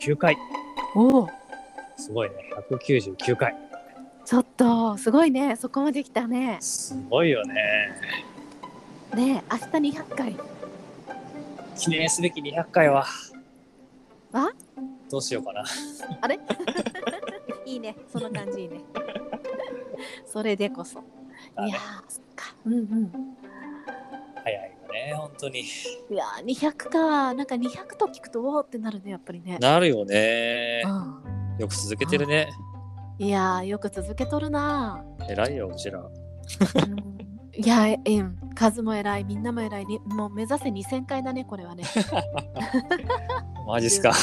199回。 おお、 すごいね。199回。 ちょっとすごいね。そこまで来たね。 すごいよね。 ねえ、明日200回。 記念すべき200回はあどうしようかな。 あれいいね。その感じいいね。それでこそ。 だね、 いやー、そっか。うんうん。 早いよね、本当に。 いやー、200か。なんか200と聞くとおーってなるね、やっぱりね。 なるよね。 うん。 よく続けてるね。 いやー、よく続けとるな。 偉いよ、うちら。 いや、数も偉い、みんなも偉いに、もう目指せ2000回だね、これはね。 マジっすか。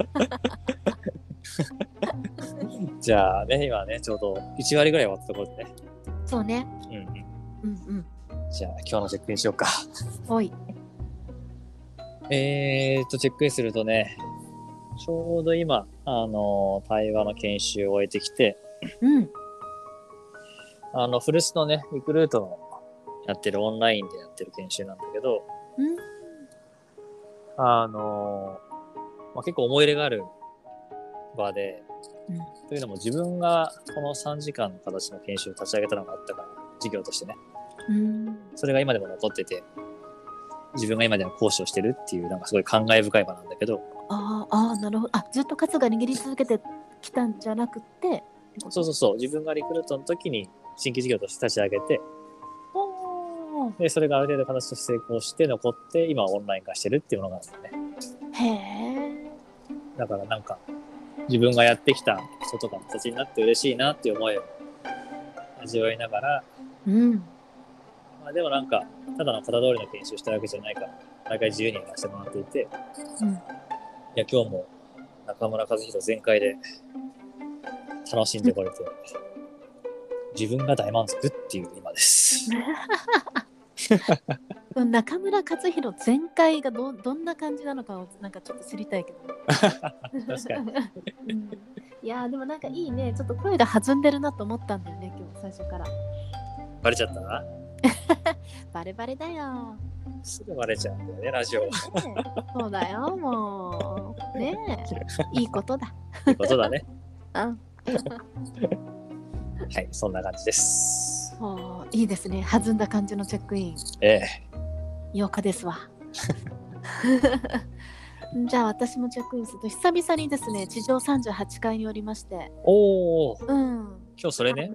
じゃあね、今ね、ちょうど1割ぐらい終わったところでね。 そうね。 うんうん。 うんうん。 じゃあ今日のチェックインしようか。 おい。 チェックインするとね、ちょうど今、対話の研修を終えてきて、 うん。 古巣のね、リクルートのやってるオンラインでやってる研修なんだけど、 うん。 結構思い入れがある場で、 うん、 というのも自分がこの3時間の形の研修を立ち上げたのがあったから、授業としてね。それが今でも残ってて、自分が今でも講師をしてるっていう、なんかすごい感慨深い場なんだけど。 ああ、なるほど。ずっとカツが握り続けてきたんじゃなくて。 そう。自分がリクルートの時に新規事業として立ち上げて、で、それがある程度形として成功して残って、今オンライン化してるっていうものがあるんだね。 へえ。 だからなんか、自分がやってきたことが形になって嬉しいなっていう思いを味わいながら、でもなんか、ただの型通りの研修したわけじゃないから、毎回自由にやらせてもらっていて、いや、今日も中村和弘全開で楽しんでこれて、自分が大満足っていう今です。 中村和弘全開がどんな感じなのかをなんかちょっと知りたいけど。 確かに。 いやでもなんかいいね。ちょっと声が弾んでるなと思ったんだよね、今日最初から。 バレちゃったな。 バレバレだよ。 すぐバレちゃうんだよね、ラジオ。 そうだよ、もう。ねえ。いいことだ。 いいことだね。 はい、 そんな感じです。 いいですね。弾んだ感じのチェックイン。8日ですわ。じゃあ私もチェックインすると久々にですね、地上38階におりまして。 今日それね。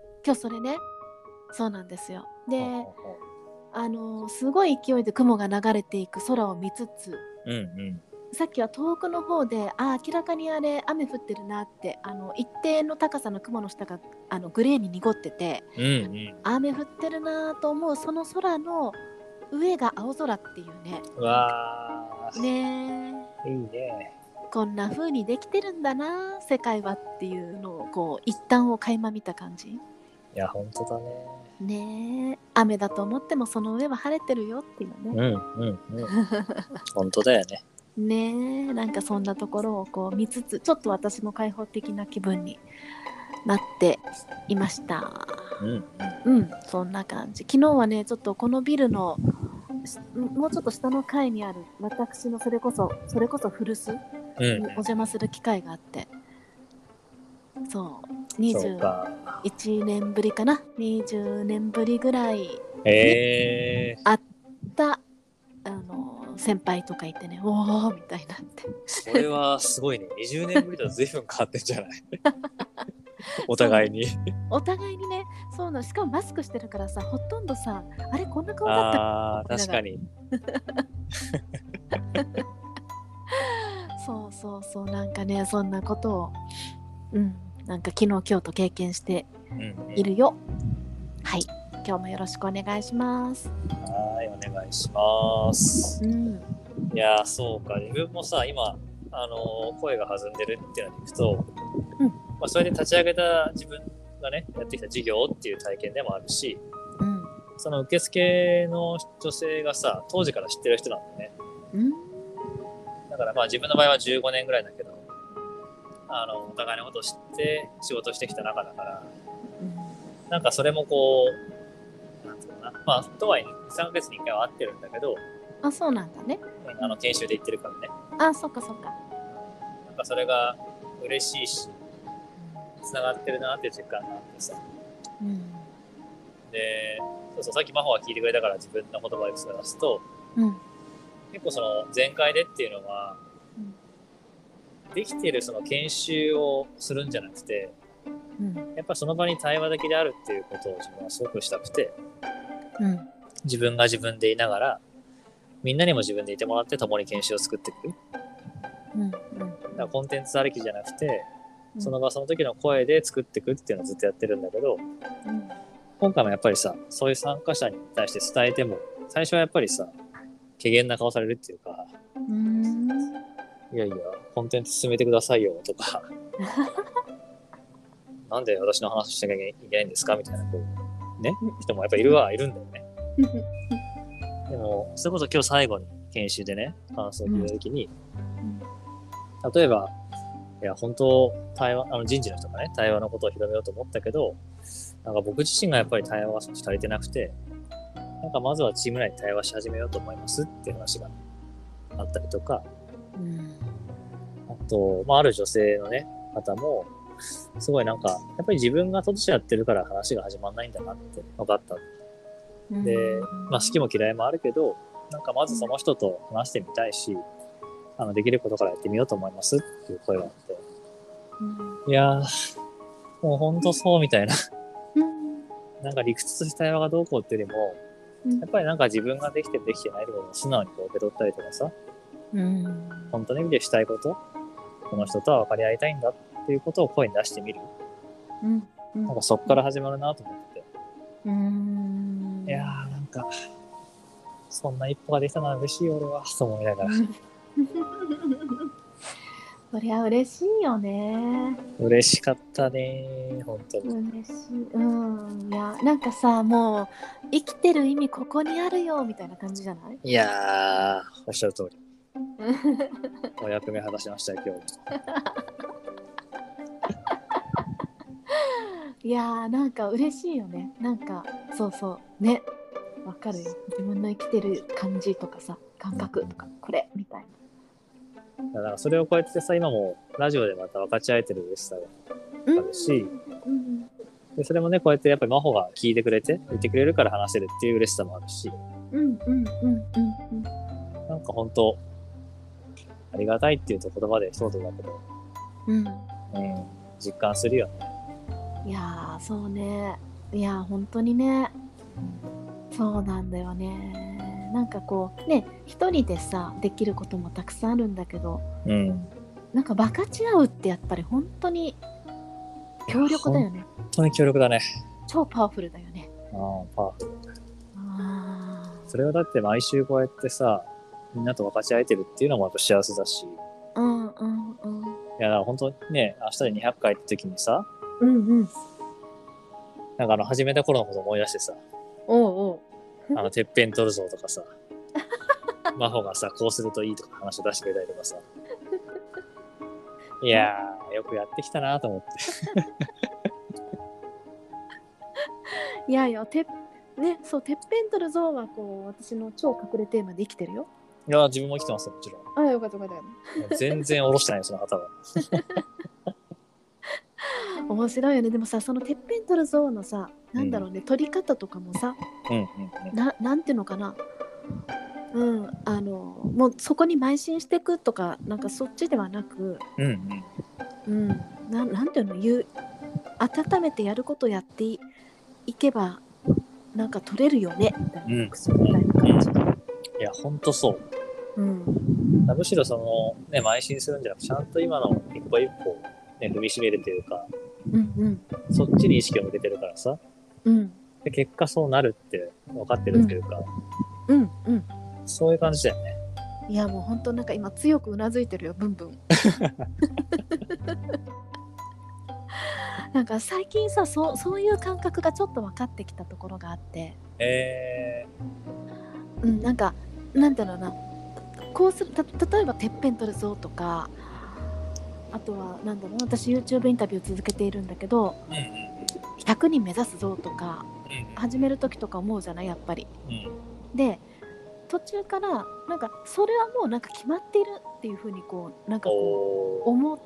そうなんですよ。で、すごい勢いで雲が流れていく空を見つつ、さっきは遠くの方で明らかにあれ雨降ってるなって、一定の高さの雲の下がグレーに濁ってて、雨降ってるなと思うその空の上が青空っていうね。 わー。 ねえ。いいね。 こんな風にできてるんだな世界はっていうのをこう一旦を垣間見た感じ。 いや本当だね。 ねえ、雨だと思ってもその上は晴れてるよっていうね。 本当だよね。 ねえ、なんかそんなところをこう見つつ、ちょっと私も開放的な気分になっていました。そんな感じ。昨日はね、ちょっとこのビルのもうちょっと下の階にある私のそれこそ古巣にお邪魔する機会があって、そう21年ぶりかな、20年ぶりぐらいに会った先輩とかいてね、おーみたいになって。 それはすごいね。20年ぶりだと随分変わってんじゃないお互いにね。 そうなの。しかもマスクしてるからさ、ほとんどさ、あれこんな顔だったっけ。 確かに。 そうなんかね、そんなことをなんか昨日今日と経験しているよ。はい、今日もよろしくお願いします。 はい、お願いします。いやそうか、自分もさ今声が弾んでるっていうのに行くと、それで立ち上げた自分がねやってきた事業っていう体験でもあるし、その受付の女性がさ当時から知ってる人なんだね。だから自分の場合は15年ぐらいだけど、お互いのことを知って仕事してきた仲だから、なんかそれもこうなんていうのかな、とはいえ3ヶ月に1回は会ってるんだけど、 そうなんだね。 研修で行ってるからね。 そっか。 なんかそれが嬉しいし、つながってるなっていう実感があってさ、で、そうそう、さっき真帆が聞いてくれたから自分の言葉で伝えすと、結構その全開でっていうのは、できているその研修をするんじゃなくて、やっぱその場に対話的であるっていうことを自分はすごくしたくて、自分が自分でいながら、みんなにも自分でいてもらって共に研修を作っていく。だからコンテンツありきじゃなくて、その場その時の声で作っていくっていうのをずっとやってるんだけど、今回もやっぱりさ、そういう参加者に対して伝えても、最初はやっぱりさ、怪げな顔されるっていうか、いやいや、コンテンツ進めてくださいよとか、なんで私の話しなきゃいけないんですかみたいな、こう、ね、人もやっぱいるんだよね。でも、それこそ今日最後に研修でね、感想を聞いたときに、例えば、いや、本当、人事の人がね、対話のことを広めようと思ったけど、なんか僕自身がやっぱり対話が少し足りてなくて、なんかまずはチーム内で対話し始めようと思いますっていう話があったりとか、あと、ある女性のね、方も、すごいなんか、やっぱり自分が閉じちゃってるから話が始まんないんだなって分かった。で、好きも嫌いもあるけど、なんかまずその人と話してみたいし、できることからやってみようと思いますっていう声があって、いやー、もうほんとそうみたいな。なんか理屈として対話がどうこうっていうよりも、やっぱりなんか自分ができてるできてないところを素直にこう受け取ったりとかさ、本当の意味でしたいこと、この人とは分かり合いたいんだっていうことを声に出してみる。なんかそっから始まるなと思って。いやーなんか、そんな一歩ができたのは嬉しいよ俺は、と思いながら。 そりゃ嬉しいよね。 嬉しかったね、本当に。 嬉しい。いや、なんかさ、もう生きてる意味ここにあるよみたいな感じじゃない？ いやー、おっしゃる通り。お役目果たしましたよ、今日。 いやー、なんか嬉しいよね。なんか、そうそうね。わかるよ。自分の生きてる感じとかさ、感覚とか、これみたいな。 だからそれをこうやってさ、今もラジオでまた分かち合えてる嬉しさがあるし、でそれもね、こうやってやっぱり真帆が聞いてくれて、言ってくれるから話せるっていう嬉しさもあるし、なんか本当、ありがたいっていうと言葉で一言だけど、実感するよね。 いやー、そうね。いやー、本当にね。そうなんだよね。なんかこうね、一人でさできることもたくさんあるんだけど、なんか分かち合うってやっぱり本当に強力だよね。 本当に強力だね。 超パワフルだよね。 パワフル。それはだって毎週こうやってさ、みんなと分かち合えてるっていうのもやっぱ幸せだし。いや、だから本当ね、明日で200回って時にさ、なんか始めた頃のこと思い出してさ、てっぺん取るぞとかさ、真帆がさ、こうするといいとか話を出してくれたりとかさ、いやー、よくやってきたなと思って。 いやいや、そう、てっぺん取るぞはこう、私の超隠れテーマで生きてるよ。 いや、自分も生きてますよ、もちろん。 よかったよかった。 全然下ろしてないよ、その旗は。 面白いよね。でもさ、そのてっぺん取るぞのさ、なんだろうね、取り方とかもさ、なんていうのかな、もうそこに邁進していくとか、なんかそっちではなく、なんていうの、温めてやることやっていけば、なんか取れるよねみたいな、みたいな感じ。 いや、ほんとそう。むしろそのね、邁進するんじゃなくて、ちゃんと今の一歩一歩ね、踏みしめるというか、そっちに意識を向けてるからさ、で結果そうなるって分かってるっていうか、そういう感じだよね。 いや、もう本当なんか今強くうなずいてるよ、ブンブン。なんか最近さ、そういう感覚がちょっと分かってきたところがあって、なんかなんだろうな、こうする、例えばてっぺん取るぞとか、あとはなんだろう、私 YouTube インタビュー続けているんだけど、100人目指すぞとか、始める時とか思うじゃない、やっぱり。で途中からなんかそれはもうなんか決まっているっていうふうにこうなんかこう思って、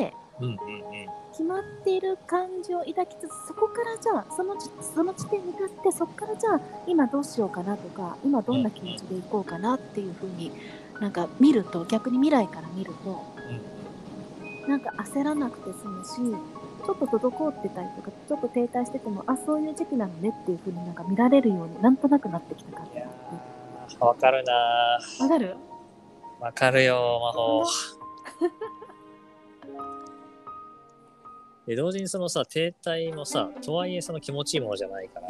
決まっている感じを抱きつつ、そこからじゃあその地点に立って、そこからじゃあ今どうしようかなとか、今どんな気持ちでいこうかなっていうふうになんか見ると、逆に未来から見ると、なんか焦らなくて済むし、ちょっと滞ってたりとかちょっと停滞してても、あ、そういう時期なのねっていう風になんか見られるようになんとなくなってきた感じがあって。 わかるな。 わかる？ わかるよ、魔法。で同時にそのさ、停滞もさ、とはいえその気持ちいいものじゃないから、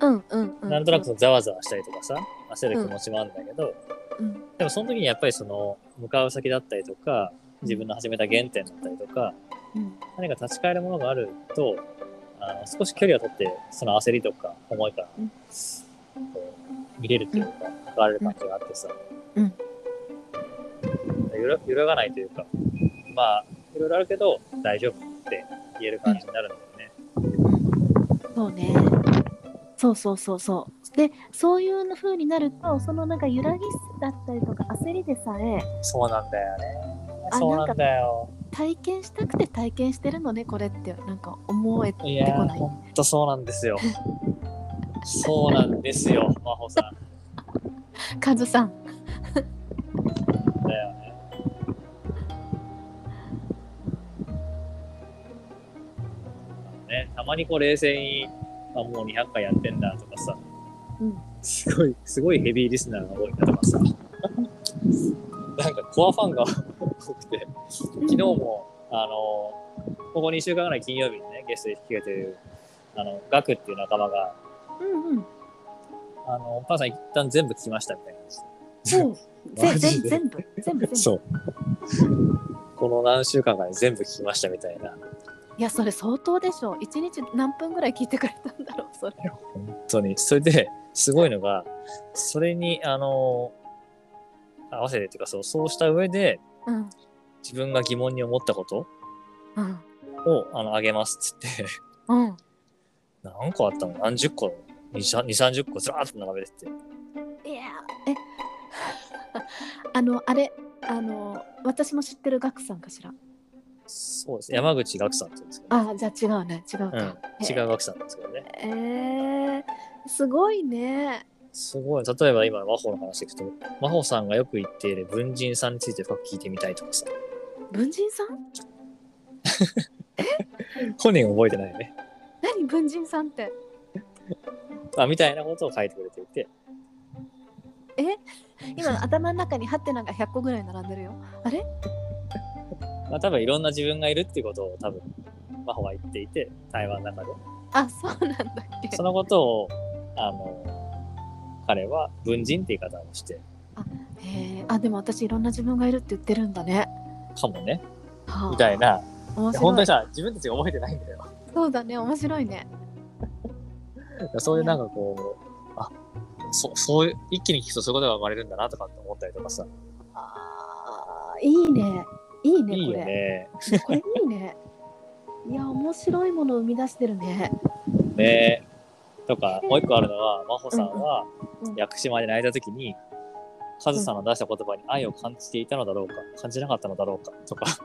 なんとなくそのざわざわしたりとかさ、焦る気持ちもあるんだけど、でもその時にやっぱりその向かう先だったりとか、自分の始めた原点だったりとか、何か立ち返るものがあると、少し距離を取って、その焦りとか思いから、見れるっていうか、関われる感じがあってさ、揺らがないというか、まあ、いろいろあるけど、大丈夫って言える感じになるんだよね。 そうね。そうで、そういう風になると、そのなんか揺らぎだったりとか焦りでさえ、 そうなんだよね。そうなんだよ。 体験したくて体験してるのね、これってなんか思えてこない。いや、 ほんとそうなんですよ。そうなんですよ、真帆さん。カズさん。 だよね。たまにこう冷静に、もう200回やってんだとかさ、すごいヘビーリスナーが多いなとかさ、なんかコアファンが多くて、昨日も、ここ2週間ぐらい金曜日にね、ゲストで引き受けてる、ガクっていう仲間が、お母さん一旦全部聞きましたみたいな。 全部。そう。 この何週間かで全部聞きましたみたいな。 いや、それ相当でしょ。1日何分ぐらい聞いてくれたんだろう、それ。 本当に。それで、すごいのが、それに、合わせてっていうか、そうした上で、自分が疑問に思ったことを、あげますっつって、何個あったの？何十個、2、30個ずらーっと並べてて。 いや、あれ、私も知ってるガクさんかしら。 そうです。山口ガクさんって言うんですけど、 ね。じゃあ違うね。違うか。 違うガクさんなんですけどね。 すごいね。 すごい。例えば今、真帆の話聞くと、真帆さんがよく言っている文人さんについて深く聞いてみたいとかさ。 文人さん？ 本人覚えてないよね。 何文人さんって？ みたいなことを書いてくれていて。 今頭の中にハテナが100個ぐらい並んでるよ。あれ？ 多分いろんな自分がいるっていうことを多分真帆は言っていて、対話の中で。 そうなんだっけ。 そのことを彼は文人って言い方をして。 でも私いろんな自分がいるって言ってるんだね。 かもね。みたいな。本当にさ、自分たちが覚えてないんだよ。 そうだね、面白いね。 そういうなんかこう、そういう一気に聞くとそういうことが生まれるんだなとかって思ったりとかさ。 いいね。いいね、 いいよね。 これいいね。いや、面白いものを生み出してるね。 ねとか、もう一個あるのは、真帆さんは、屋久島で泣いた時に、カズさんの出した言葉に愛を感じていたのだろうか、感じなかったのだろうか、とか。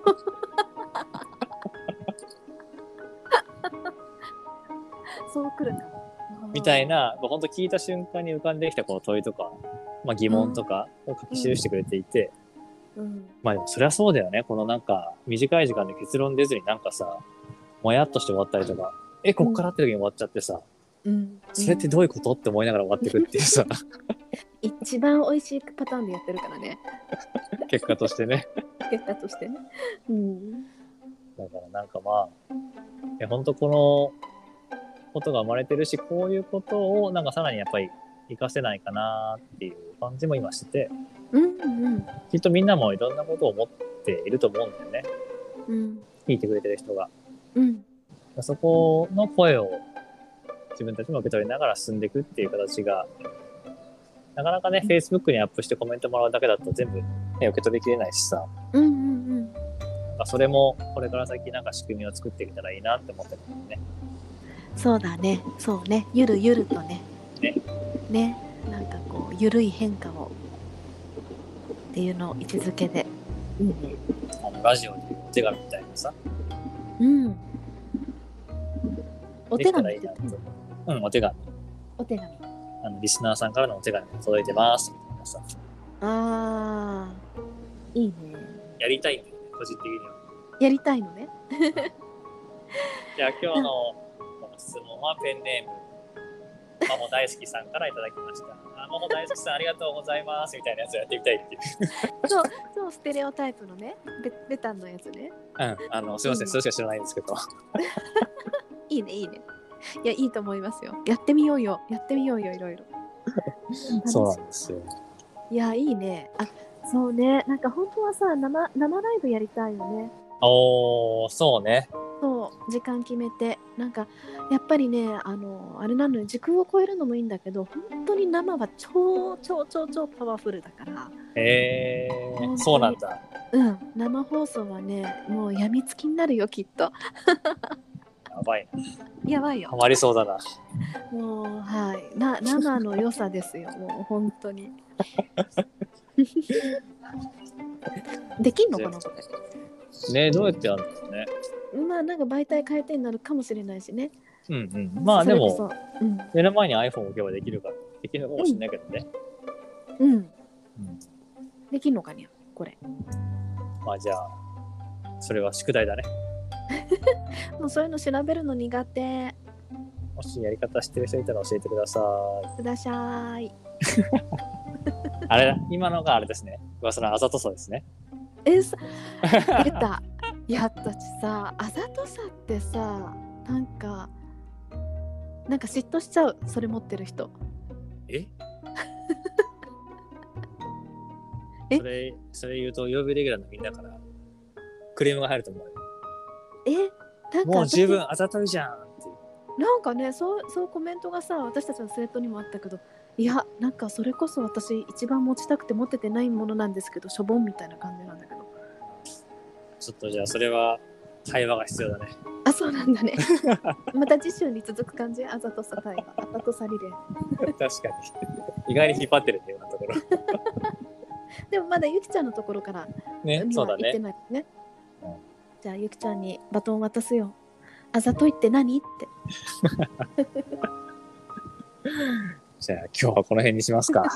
そうくるか。 みたいな、本当聞いた瞬間に浮かんできたこの問いとか、疑問とかを書き記してくれていて、でもそりゃそうだよね。このなんか短い時間で結論出ずになんかさ、もやっとして終わったりとか、こっからって時に終わっちゃってさ、それってどういうことって思いながら終わってくっていうさ。 一番美味しいパターンでやってるからね。 結果としてね。 結果としてね。 だからなんか本当このことが生まれてるし、こういうことをなんかさらにやっぱり活かせないかなっていう感じも今してて、きっとみんなもいろんなことを思っていると思うんだよね。聞いてくれてる人が。そこの声を自分たちも受け取りながら進んでいくっていう形が、なかなかね、Facebook にアップしてコメントもらうだけだと全部、受け取りきれないしさ。それもこれから先なんか仕組みを作っていけたらいいなって思ってるんだよね。 そうだね。そうね。ゆるゆるとね。ね。 なんかこう緩い変化をっていうのを位置づけで、 ラジオでお手紙みたいなさ、 お手紙ってお手紙。 お手紙。 リスナーさんからのお手紙が届いてますみたいなさ。 いいね。 やりたいんだよね、個人的には。 やりたいのね。 じゃあ今日のこの質問はペンネームマモ大好きさんからいただきました。マモ大好きさんありがとうございますみたいなやつをやってみたいっていう。 そうステレオタイプのね、ベタンのやつね。 すいません、それしか知らないんですけど。 いいね。いや、いいと思いますよ。やってみようよ、いろいろ。 そうなんですよ。 いや、いいね。そうね。なんか本当はさ、生ライブやりたいよね。 そうね。 そう時間決めて、なんかやっぱりね、あれなのよ、時空を超えるのもいいんだけど、本当に生は超パワフルだから。 そうなんだ。 生放送はね、もうやみつきになるよきっと。 やばいな。 やばいよ。 ハマりそうだな。 もう生の良さですよ、もう本当に。できんのかなこれ。 ね、どうやってやるんですね。 なんか媒体変えてになるかもしれないしね。 まあでも、目の前に iPhone を置けばできるかもしれないけどね。 できんのかにゃこれ。 まあじゃあそれは宿題だね。 もうそういうの調べるの苦手。 もしやり方知ってる人いたら教えてください。 ください。 あれだ、今のがあれですね。噂のあざとさですね。 出た。いや、私さ、あざとさってさ、なんか嫉妬しちゃう。それ持ってる人。 それ言うと曜日レギュラーのみんなからクレームが入ると思うよ。 なんかもう十分あざといじゃんっていう。 なんかね、そうコメントがさ、私たちのスレッドにもあったけど、いや、なんかそれこそ私一番持ちたくて持ててないものなんですけど、しょぼんみたいな感じなんだけど。 ちょっとじゃあそれは会話が必要だね。 そうなんだね。また次週に続く感じ。あざとさ会話、あざとさリレー。確かに。意外に引っ張ってるっていうようなところ。 でもまだゆきちゃんのところからね、そうだね。 言ってないね。じゃあゆきちゃんにバトン渡すよ。あざといって何って。 じゃあ今日はこの辺にしますか。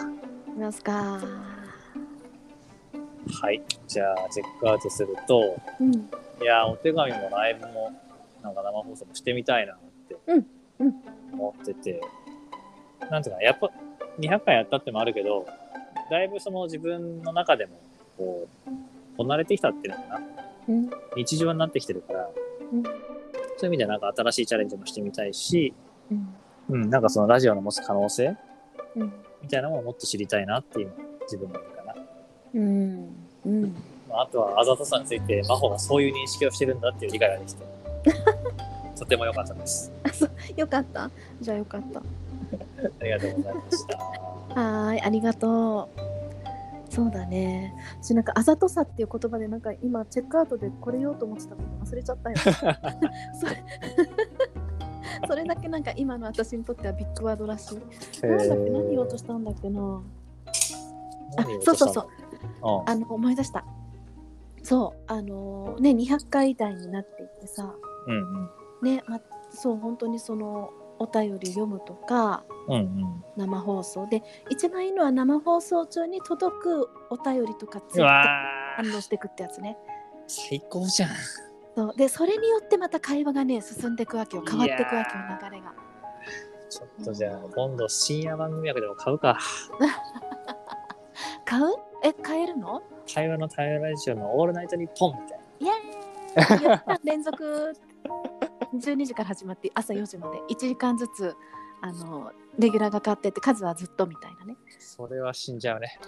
はい。じゃあチェックアウトすると、いやお手紙もライブもなんか生放送もしてみたいなって思ってて、なんていうかやっぱ200回やったってもあるけど、だいぶその自分の中でもこう慣れてきたっていうのかな、日常になってきてるから、そういう意味ではなんか新しいチャレンジもしてみたいし、なんかそのラジオの持つ可能性、みたいなのももっと知りたいなっていう自分もいるかな。あとはあざとさについて真帆がそういう認識をしてるんだっていう理解ができてとても良かったです。 よかった。じゃあよかった。 ありがとうございました。 はい、ありがとう。そうだね。私なんかあざとさっていう言葉でなんか今チェックアウトでこれ言おうと思ってたこと忘れちゃったよ。それだけなんか今の私にとってはビッグワードらしい。なんだっけ、何言おうとしたんだっけな。そう思い出した。そう200回台になっていってさ、そう本当にそのお便り読むとか、生放送で一番いいのは生放送中に届くお便りとかツイッター反応していくってやつね。 最高じゃん。 そうでそれによってまた会話がね進んでいくわけよ。変わっていくわけよ、流れが。 ちょっとじゃあ今度深夜番組枠でも買うか。 買う？買えるの？ 会話の対話ラジオのオールナイトニッポンみたいな。イエーイ連続12時から始まって朝4時まで1時間ずつレギュラーが変わってって数はずっとみたいなね。 それは死んじゃうね。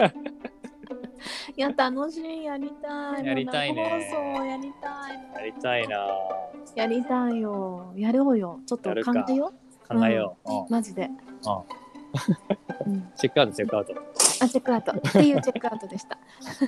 いや楽しい。やりたい。 やりたいね。 放送やりたい。 やりたいな。 やりたいよ。やろうよ。ちょっと考えよう。マジで。 チェックアウト。チェックアウトっていうチェックアウトでした。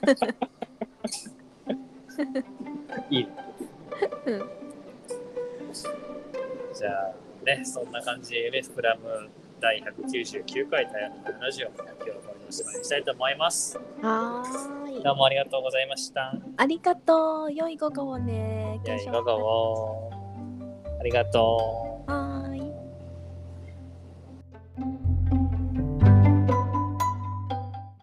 いいね。じゃあね、そんな感じでスクラム第199回台湾のラジオ、今日はこれでおしまいにしたいと思います。 はーい。 どうもありがとうございました。 ありがとう。良い午後をね。 良い午後を。ありがとう。 はーい。